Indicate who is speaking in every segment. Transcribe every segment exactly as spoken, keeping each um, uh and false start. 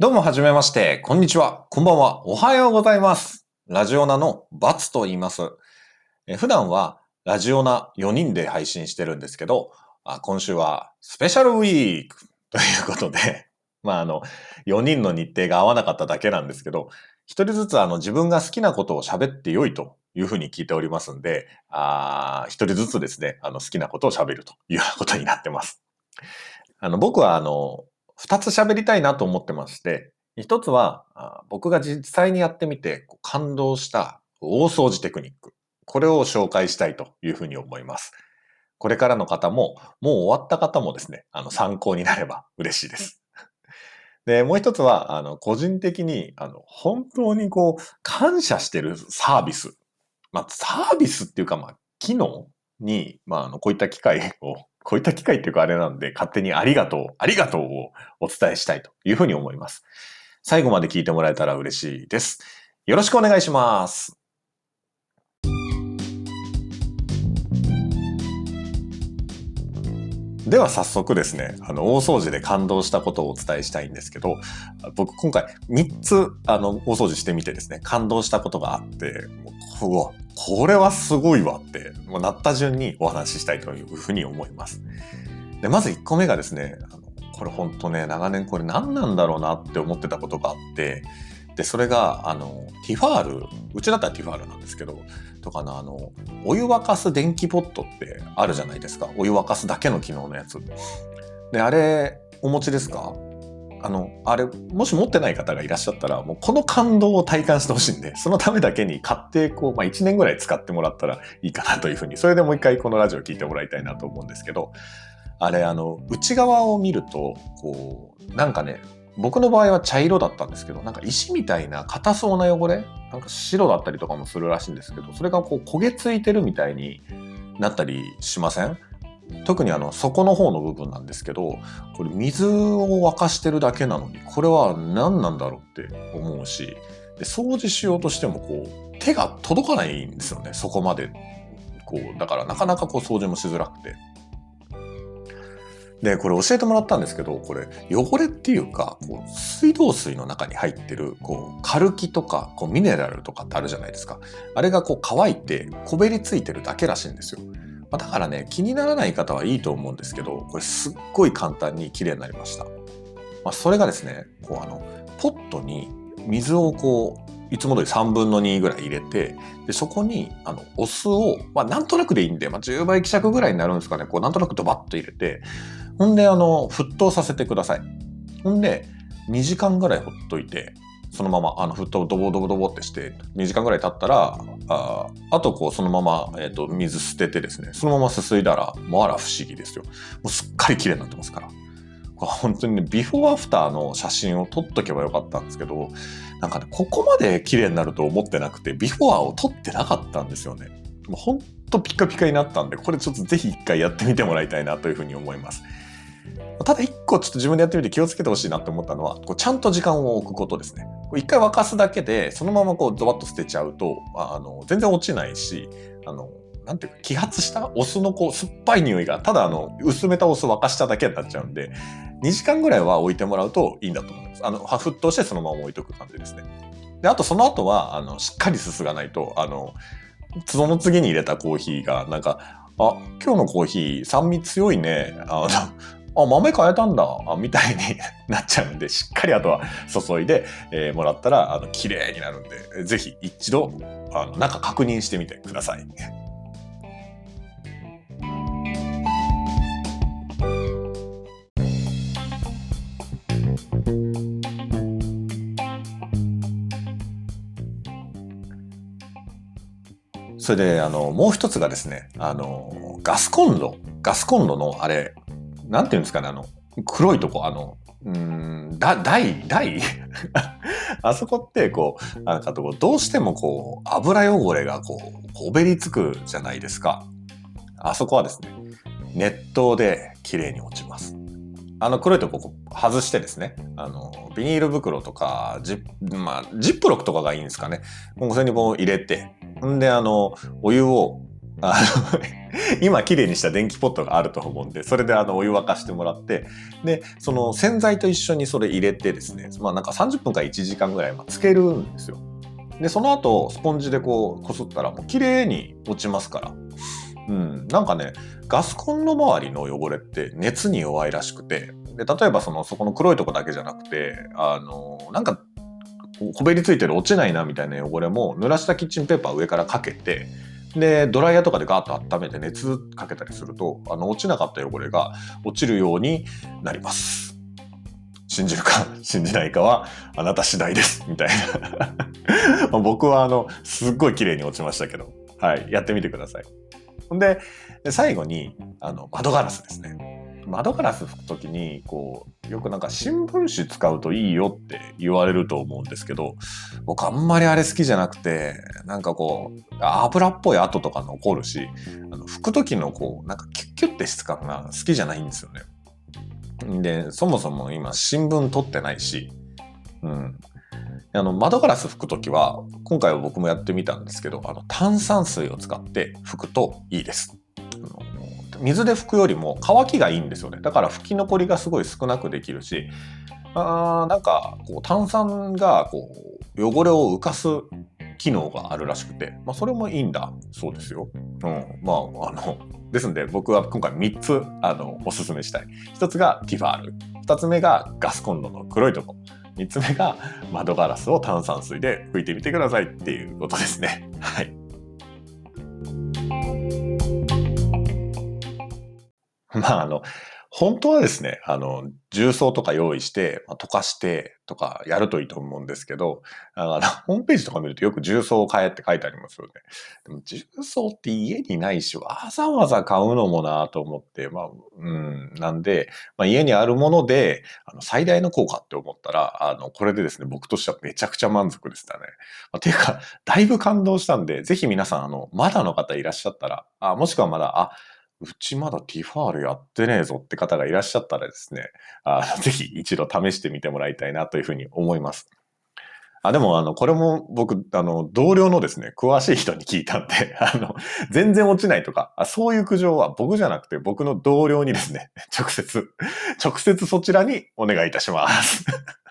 Speaker 1: どうもはじめまして、こんにちは、こんばんは、おはようございます。ラジオナのバツと言います。え普段はラジオナよにんで配信してるんですけど、あ今週はスペシャルウィークということで、まああの、よにんの日程が合わなかっただけなんですけど、一人ずつあの自分が好きなことを喋ってよいというふうに聞いておりますんで、あ一人ずつですね、あの好きなことを喋るというようなことになってます。あの僕はあの、二つ喋りたいなと思ってまして、一つはあ僕が実際にやってみてこう感動した大掃除テクニック。これを紹介したいというふうに思います。これからの方も、もう終わった方もですね、あの参考になれば嬉しいです。で、もう一つは、あの、個人的に、あの、本当にこう、感謝してるサービス。まあ、サービスっていうか、まあ、機能に、まあ、あの、こういった機会を、こういった機会っていうかあれなんで、勝手にありがとう、ありがとうをお伝えしたいというふうに思います。最後まで聞いてもらえたら嬉しいです。よろしくお願いします。では早速ですね、あの、大掃除で感動したことをお伝えしたいんですけど、僕今回みっつ、あの、大掃除してみてですね、感動したことがあって、うわ、これはすごいわって、もうなった順にお話ししたいというふうに思います。で、まずいっこめがですね、あのこれ本当ね、長年これ何なんだろうなって思ってたことがあって、で、それが、あの、ティファール、うちだったらティファールなんですけど、とかのあの、お湯沸かす電気ポットってあるじゃないですか。お湯沸かすだけの機能のやつ。で、あれ、お持ちですか？あの、あれ、もし持ってない方がいらっしゃったら、もうこの感動を体感してほしいんで、そのためだけに買って、こう、まあいちねんぐらい使ってもらったらいいかなというふうに、それでもう一回このラジオ聞いてもらいたいなと思うんですけど、あれ、あの、内側を見ると、こう、なんかね、僕の場合は茶色だったんですけど、なんか石みたいな硬そうな汚れ、なんか白だったりとかもするらしいんですけど、それがこう焦げついてるみたいになったりしません？特にあの底の方の部分なんですけど、これ水を沸かしてるだけなのに、これは何なんだろうって思うし、で掃除しようとしてもこう手が届かないんですよね、そこまで。こうだからなかなかこう掃除もしづらくて。で、これ教えてもらったんですけど、これ汚れっていうか、こう水道水の中に入ってるこうカルキとかこうミネラルとかってあるじゃないですか。あれがこう乾いてこべりついてるだけらしいんですよ。まあ、だからね、気にならない方はいいと思うんですけど、これすっごい簡単に綺麗になりました。まあ、それがですね、こうあのポットに水をこういつも通りさんぶんのにぐらい入れて、でそこにあのお酢を、まあ、なんとなくでいいんで、まあ、じゅうばい希釈ぐらいになるんですかね、こうなんとなくドバッと入れて、ほんで、あの、沸騰させてください。ほんで、にじかんぐらいほっといて、そのまま、あの、沸騰ドボドボドボってして、にじかんぐらい経ったら、ああと、こう、そのまま、えっと、水捨ててですね、そのまますすいだら、もうあら不思議ですよ。もうすっかり綺麗になってますから。これ本当にね、ビフォーアフターの写真を撮っとけばよかったんですけど、なんかね、ここまで綺麗になると思ってなくて、ビフォーを撮ってなかったんですよね。もうほんとピカピカになったんで、これちょっとぜひ一回やってみてもらいたいなというふうに思います。ただ一個ちょっと自分でやってみて気をつけてほしいなって思ったのは、こうちゃんと時間を置くことですね。一回沸かすだけで、そのままこうドバッと捨てちゃうと、あの、全然落ちないし、あの、なんていうか、揮発したお酢のこう酸っぱい匂いが、ただあの、薄めたお酢沸かしただけになっちゃうんで、にじかんぐらいは置いてもらうといいんだと思います。あの、沸騰してそのまま置いとく感じですね。で、あとその後は、あの、しっかりすすがないと、あの、その次に入れたコーヒーが、なんか、あ、今日のコーヒー酸味強いね。あの、あ、豆変えたんだ。あみたいになっちゃうんで、しっかりあとは注いで、えーもらったら、あの、綺麗になるんで、ぜひ一度、あの、中確認してみてください。それで、あの、もう一つがですね、あの、ガスコンロ。ガスコンロの、あれ、なんていうんですかね、あの、黒いとこ、あの、うーん、だ、台、台あそこって、こう、なんかこう、どうしてもこう、油汚れがこう、こべりつくじゃないですか。あそこはですね、熱湯で綺麗に落ちます。あの黒いとここ外してですね、あの、ビニール袋とか、ジッ、まあ、ジップロックとかがいいんですかね。もうそれにこう入れて、んで、あの、お湯をあの今綺麗にした電気ポットがあると思うんで、それであのお湯沸かしてもらって、でその洗剤と一緒にそれ入れてですね、まあなんかさんじゅっぷんからいちじかんぐらいつけるんですよ。でその後スポンジでこうこすったらもう綺麗に落ちますから。うん、なんかね、ガスコンロ周りの汚れって熱に弱いらしくて、で例えばそのそこの黒いとこだけじゃなくて、あのなんかこべりついてる落ちないなみたいな汚れも濡らしたキッチンペーパー上からかけて、でドライヤーとかでガーッと温めて熱かけたりすると、あの落ちなかった汚れが落ちるようになります。信じるか信じないかはあなた次第ですみたいな僕はあのすっごい綺麗に落ちましたけど、はい、やってみてください。ほんで最後にあの窓ガラスですね。窓ガラス拭くときにこうよくなんか新聞紙使うといいよって言われると思うんですけど、僕あんまりあれ好きじゃなくて、なんかこう油っぽい跡とか残るし、あの拭くときのこうなんかキュッキュッて質感が好きじゃないんですよね。でそもそも今新聞取ってないし、うん、あの窓ガラス拭くときは今回は僕もやってみたんですけど、あの炭酸水を使って拭くといいです。水で拭くよりも乾きがいいんですよね。だから拭き残りがすごい少なくできるし、あーなんかこう炭酸がこう汚れを浮かす機能があるらしくて、まあ、それもいいんだそうですよ。うん、まああのですので僕は今回みっつあのおすすめしたい。ひとつがティファール、ふたつめがガスコンロの黒いとこ、みっつめが窓ガラスを炭酸水で拭いてみてくださいっていうことですね。はい。まああの本当はですね、あの重曹とか用意して、まあ、溶かしてとかやるといいと思うんですけど、あのホームページとか見るとよく重曹を買えって書いてありますよね。でも重曹って家にないし、わざわざ買うのもなと思って、まあ、うん、なんで、まあ、家にあるものであの最大の効果って思ったら、あのこれでですね、僕としてはめちゃくちゃ満足でしたね。まあ、ていうか、だいぶ感動したんで、ぜひ皆さん、あの、まだの方いらっしゃったら、あ、もしくはまだ、あ、うちまだティファールやってねえぞって方がいらっしゃったらですね、あぜひ一度試してみてもらいたいなというふうに思います。あ、でも、あの、これも僕、あの、同僚のですね、詳しい人に聞いたんで、あの、全然落ちないとか、あそういう苦情は僕じゃなくて僕の同僚にですね、直接、直接そちらにお願いいたします。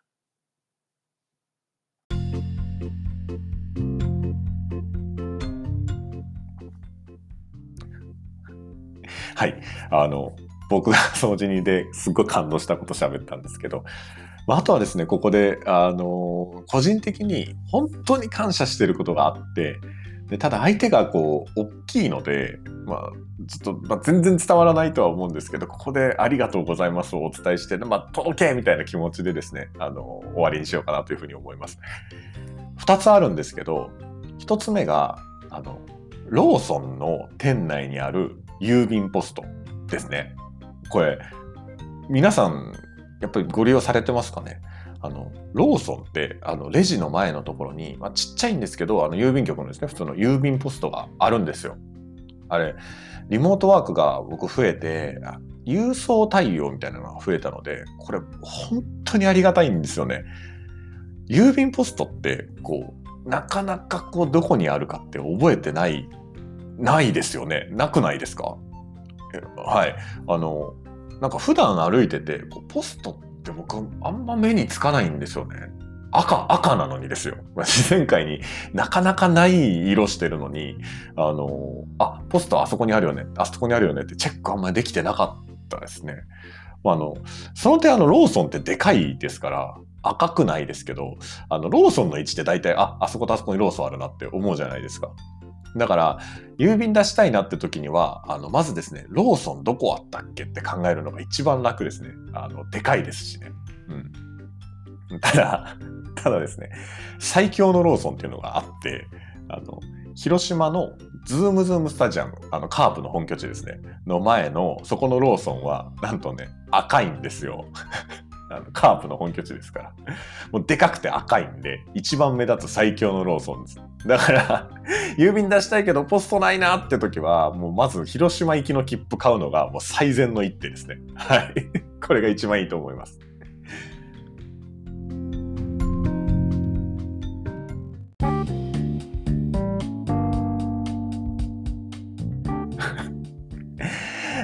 Speaker 1: はい。あの、僕が掃除にですっごい感動したこと喋ったんですけど、まあ、あとはですね、ここで、あの、個人的に本当に感謝していることがあって、でただ相手がこう、大きいので、まあ、ちょっと、まあ、全然伝わらないとは思うんですけど、ここでありがとうございますをお伝えして、まあ、届けみたいな気持ちでですね、あの、終わりにしようかなというふうに思います。二つあるんですけど、一つ目が、あの、ローソンの店内にある郵便ポストですね。これ、皆さん、やっぱりご利用されてますかね。あの、ローソンって、あの、レジの前のところに、まあ、ちっちゃいんですけど、あの、郵便局のですね、普通の郵便ポストがあるんですよ。あれ、リモートワークが僕増えて、郵送対応みたいなのが増えたので、これ、本当にありがたいんですよね。郵便ポストって、こう、なかなかこう、どこにあるかって覚えてない、ないですよね。なくないですか？はい。あの、なんか普段歩いてて、こうポストって僕あんま目につかないんですよね。赤、赤なのにですよ。自然界になかなかない色してるのに、あの、あ、ポストあそこにあるよね、あそこにあるよねってチェックあんまりできてなかったですね。まあ、あの、その点あの、ローソンってでかいですから、赤くないですけど、あの、ローソンの位置って大体、あ、あそことあそこにローソンあるなって思うじゃないですか。だから、郵便出したいなって時には、あの、まずですね、ローソンどこあったっけって考えるのが一番楽ですね。あの、でかいですしね。うん。ただ、ただですね、最強のローソンっていうのがあって、あの、広島のズームズームスタジアム、あの、カープの本拠地ですね、の前の、そこのローソンは、なんとね、赤いんですよ。あのカープの本拠地ですから。もうでかくて赤いんで、一番目立つ最強のローソンです。だから、郵便出したいけどポストないなって時は、もうまず広島行きの切符買うのがもう最善の一手ですね。はい。これが一番いいと思います。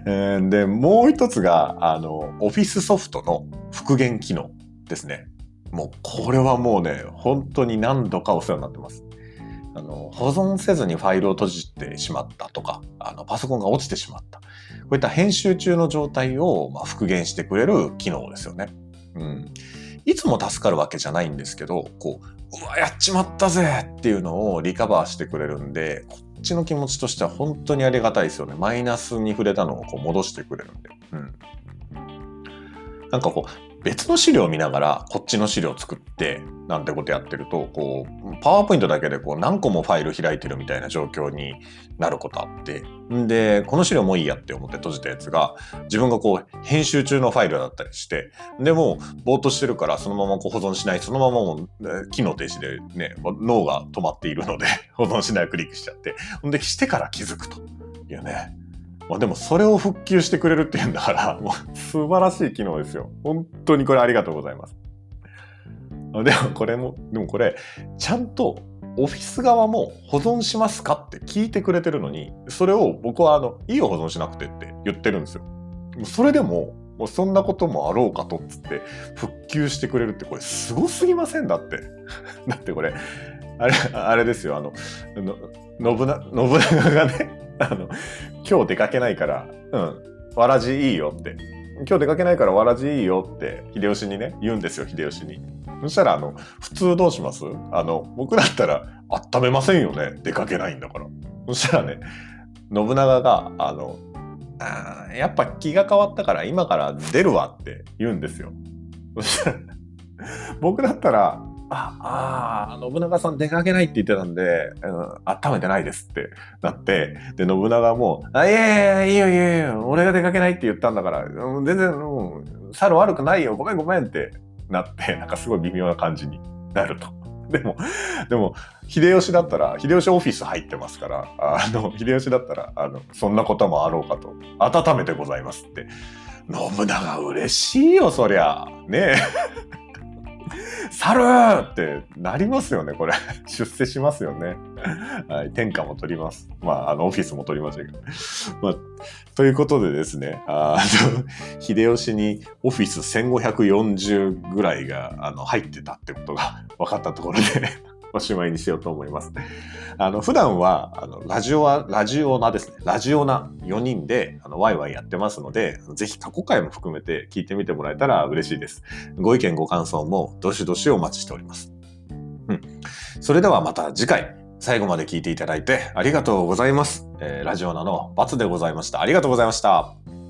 Speaker 1: えーで、もう一つが、あの、オフィスソフトの復元機能ですね。もう、これはもうね、本当に何度かお世話になってます。あの、保存せずにファイルを閉じてしまったとか、あの、パソコンが落ちてしまった。こういった編集中の状態を、まあ、復元してくれる機能ですよね。うん。いつも助かるわけじゃないんですけど、こう、うわ、やっちまったぜっていうのをリカバーしてくれるんで、こっちの気持ちとしては本当にありがたいですよね。マイナスに触れたのをこう戻してくれるんで。うん。なんかこう、別の資料を見ながらこっちの資料を作ってなんてことやってると、こう、パワーポイントだけでこう何個もファイル開いてるみたいな状況になることあって、んで、この資料もういいやって思って閉じたやつが、自分がこう、編集中のファイルだったりして、でもう、ぼーっとしてるからそのままこう保存しない、そのままもう、機能停止でね、脳が止まっているので、保存しないをクリックしちゃって、んで、してから気づくというね。まあ、でもそれを復旧してくれるっていうんだから、もう素晴らしい機能ですよ。本当にこれありがとうございます。でもこれも、でもこれ、ちゃんとオフィス側も保存しますかって聞いてくれてるのに、それを僕はあの、いいよ保存しなくてって言ってるんですよ。それでも、もうそんなこともあろうかとっつって復旧してくれるってこれすごすぎませんだって。だってこれ、あれ、あれですよ、あの、の信長、信長がね、あの、今日出かけないから、うん、わらじいいよって。今日出かけないからわらじいいよって、秀吉にね、言うんですよ、秀吉に。そしたら、あの、普通どうします？あの、僕だったら、温めませんよね、出かけないんだから。そしたらね、信長が、あの、あーやっぱ気が変わったから今から出るわって言うんですよ。そしたら、僕だったら、ああ、信長さん出かけないって言ってたんで、うん、温めてないですってなって、で、信長も、あ、いやいやいや、いいよいいよいいよ、俺が出かけないって言ったんだから、うん、全然、うん、猿悪くないよ、ごめんごめんってなって、なんかすごい微妙な感じになると。でも、でも、秀吉だったら、秀吉オフィス入ってますから、あの、秀吉だったら、あの、そんなこともあろうかと、温めてございますって。信長嬉しいよ、そりゃ。ねえ。猿ってなりますよね、これ。出世しますよね。はい、天下も取ります。まあ、あの、オフィスも取りましたけど。まあ、ということでですね、あの、秀吉にオフィスせんごひゃくよんじゅうぐらいが、あの、入ってたってことが分かったところで、おしまいにしようと思います。あの、普段は、あの、ラジオは、ラジオナですね。ラジオナよにんで、あの、ワイワイやってますので、ぜひ過去回も含めて聞いてみてもらえたら嬉しいです。ご意見ご感想もどしどしお待ちしております。うん。それではまた次回、最後まで聞いていただいてありがとうございます。えー、ラジオナのバツでございました。ありがとうございました。